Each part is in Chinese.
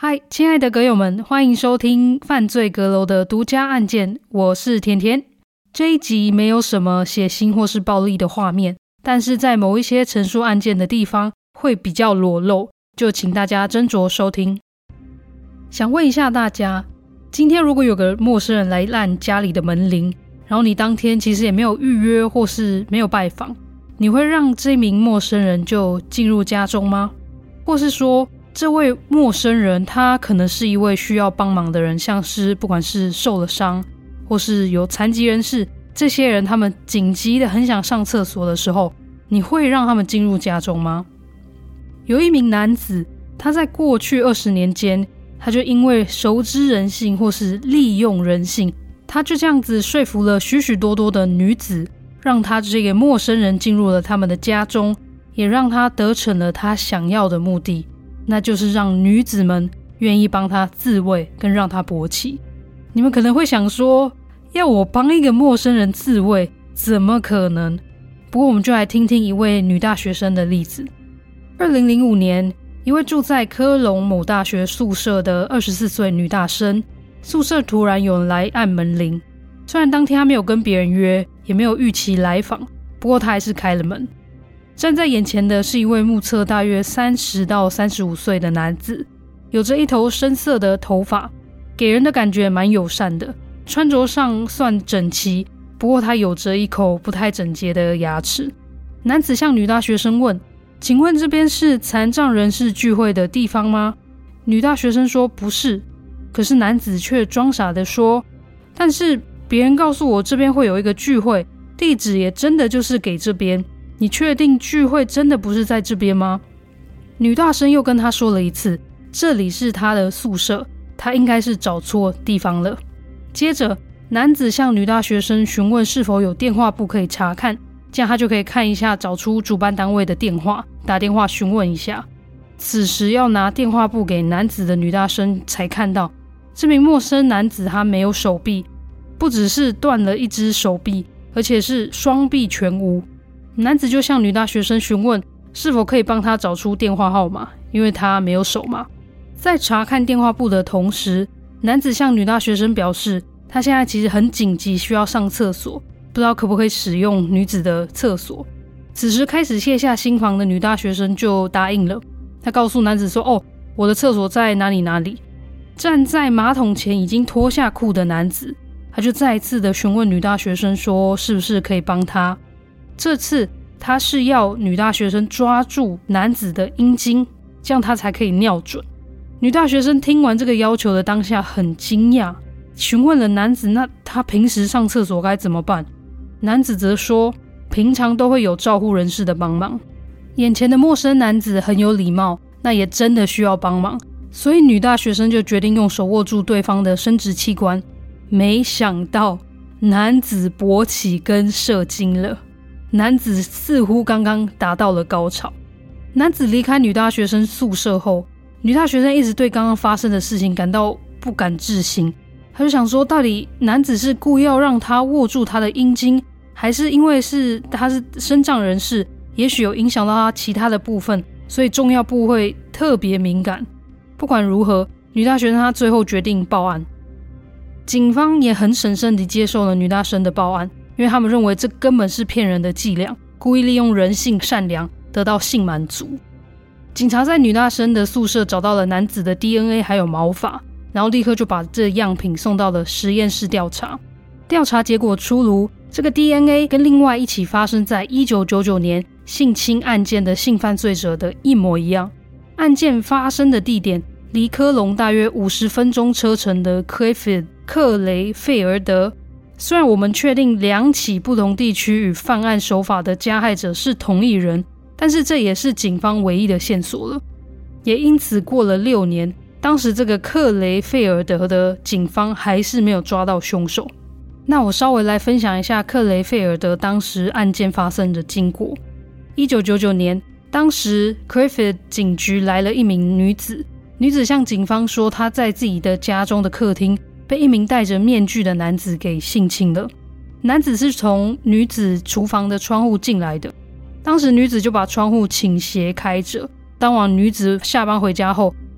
嗨，亲爱的阁友们，欢迎收听犯罪阁楼的独家案件，我是甜甜。这一集没有什么血腥或是暴力的画面，但是在某一些陈述案件的地方会比较裸露，就请大家斟酌收听。想问一下大家，今天如果有个陌生人来按家里的门铃，然后你当天其实也没有预约或是没有拜访，你会让这名陌生人就进入家中吗？或是说这位陌生人他可能是一位需要帮忙的人，像是不管是受了伤或是有残疾人士，这些人他们紧急的很想上厕所的时候，你会让他们进入家中吗？有一名男子，他在过去20年间，他就因为熟知人性或是利用人性，他就这样子说服了许许多多的女子，让他这个陌生人进入了他们的家中，也让他得逞了他想要的目的，那就是让女子们愿意帮他自慰跟让他勃起。你们可能会想说，要我帮一个陌生人自慰，怎么可能？不过我们就来听听一位女大学生的例子。2005年，一位住在科隆某大学宿舍的24岁女大生，宿舍突然有人来按门铃，虽然当天她没有跟别人约，也没有预期来访，不过她还是开了门。站在眼前的是一位目测大约30到35岁的男子，有着一头深色的头发，给人的感觉蛮友善的，穿着上算整齐，不过他有着一口不太整洁的牙齿。男子向女大学生问，请问这边是残障人士聚会的地方吗？女大学生说不是，可是男子却装傻的说，但是别人告诉我这边会有一个聚会，地址也真的就是给这边，你确定聚会真的不是在这边吗？女大生又跟他说了一次，这里是他的宿舍，他应该是找错地方了。接着男子向女大学生询问是否有电话簿可以查看，这样他就可以看一下，找出主办单位的电话，打电话询问一下。此时要拿电话簿给男子的女大生才看到，这名陌生男子他没有手臂，不只是断了一只手臂，而且是双臂全无。男子就向女大学生询问是否可以帮他找出电话号码，因为他没有手嘛。在查看电话簿的同时，男子向女大学生表示他现在其实很紧急，需要上厕所，不知道可不可以使用女子的厕所。此时开始卸下心防的女大学生就答应了，她告诉男子说，我的厕所在哪里哪里。站在马桶前已经脱下裤的男子，他就再一次的询问女大学生说是不是可以帮他。这次他是要女大学生抓住男子的阴茎，这样他才可以尿准。女大学生听完这个要求的当下很惊讶，询问了男子那他平时上厕所该怎么办。男子则说平常都会有照护人士的帮忙。眼前的陌生男子很有礼貌，那也真的需要帮忙，所以女大学生就决定用手握住对方的生殖器官。没想到男子勃起跟射精了，男子似乎刚刚达到了高潮。男子离开女大学生宿舍后，女大学生一直对刚刚发生的事情感到不敢置信，他就想说到底男子是故意要让他握住他的阴茎，还是因为他是身障人士，也许有影响到他其他的部分，所以重要部位特别敏感。不管如何，女大学生她最后决定报案。警方也很审慎地接受了女大生的报案，因为他们认为这根本是骗人的伎俩，故意利用人性善良得到性满足。警察在女大生的宿舍找到了男子的 DNA 还有毛发，然后立刻就把这样品送到了实验室调查。调查结果出炉，这个 DNA 跟另外一起发生在1999年性侵案件的性犯罪者的一模一样。案件发生的地点离科隆大约50分钟车程的克雷费尔德。虽然我们确定2起不同地区与犯案手法的加害者是同一人，但是这也是警方唯一的线索了。也因此过了6年，当时这个克雷费尔德的警方还是没有抓到凶手。那我稍微来分享一下克雷费尔德当时案件发生的经过。1999年，当时 Griffith 警局来了一名女子，女子向警方说她在自己的家中的客厅被一名戴着面具的男子给性侵了。男子是从女子厨房的窗户进来的，当时女子就把窗户倾斜开着。当晚女子下班回家后，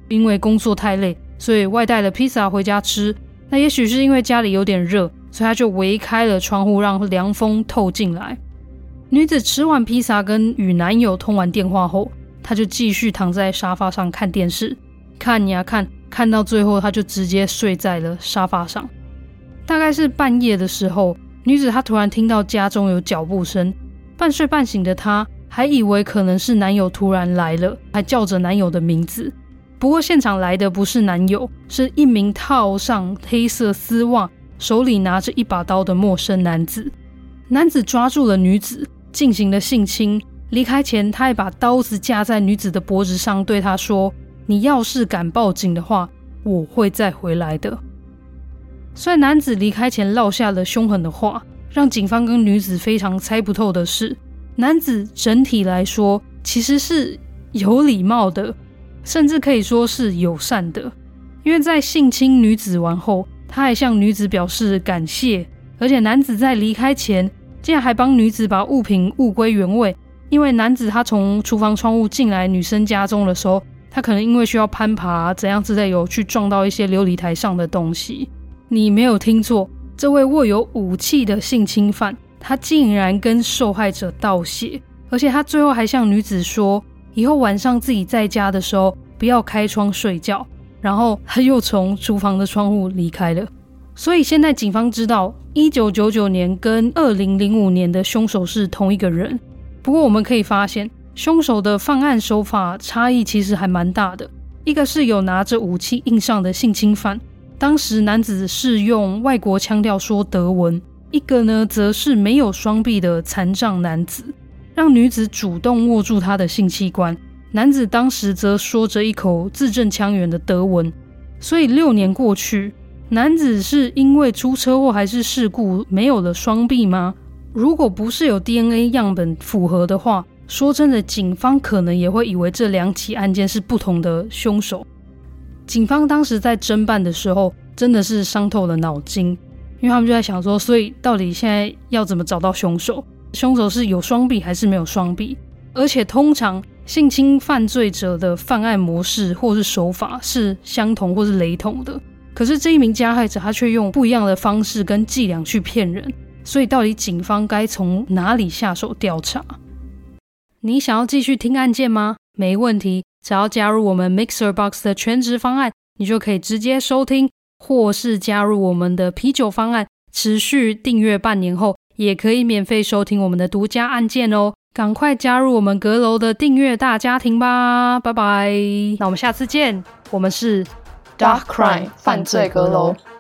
因为工作太累，所以外带了披萨回家吃。那也许是因为家里有点热，所以他就围开了窗户，让凉风透进来。女子吃完披萨跟与男友通完电话后，她就继续躺在沙发上看电视，看呀看到最后，她就直接睡在了沙发上。大概是半夜的时候，女子她突然听到家中有脚步声，半睡半醒的她还以为可能是男友突然来了，还叫着男友的名字。不过现场来的不是男友，是一名套上黑色丝袜，手里拿着一把刀的陌生男子。男子抓住了女子，进行了性侵。离开前，他还把刀子架在女子的脖子上，对她说：“你要是敢报警的话，我会再回来的。”虽然男子离开前撂下了凶狠的话，让警方跟女子非常猜不透的是，男子整体来说其实是有礼貌的，甚至可以说是友善的。因为在性侵女子完后，他还向女子表示感谢，而且男子在离开前竟然还帮女子把物品物归原位。因为男子他从厨房窗户进来女生家中的时候，他可能因为需要攀爬怎样之类，有去撞到一些流理台上的东西。你没有听错，这位握有武器的性侵犯，他竟然跟受害者道谢，而且他最后还向女子说，以后晚上自己在家的时候不要开窗睡觉，然后他又从厨房的窗户离开了。所以现在警方知道1999年跟2005年的凶手是同一个人。不过我们可以发现，凶手的犯案手法差异其实还蛮大的。一个是有拿着武器硬上的性侵犯，当时男子是用外国腔调说德文；一个呢，则是没有双臂的残障男子，让女子主动握住他的性器官。男子当时则说着一口字正腔圆的德文。所以6年过去，男子是因为出车祸还是事故没有了双臂吗？如果不是有 DNA 样本符合的话，说真的，警方可能也会以为这2起案件是不同的凶手。警方当时在侦办的时候真的是伤透了脑筋，因为他们就在想说，所以到底现在要怎么找到凶手？凶手是有双臂还是没有双臂？而且通常性侵犯罪者的犯案模式或是手法是相同或是雷同的，可是这一名加害者他却用不一样的方式跟伎俩去骗人。所以到底警方该从哪里下手调查？你想要继续听案件吗？没问题，只要加入我们 MixerBox 的全职方案，你就可以直接收听，或是加入我们的啤酒方案，持续订阅半年后，也可以免费收听我们的独家案件哦。赶快加入我们阁楼的订阅大家庭吧，拜拜。那我们下次见，我们是 Dark Crime 犯罪阁楼。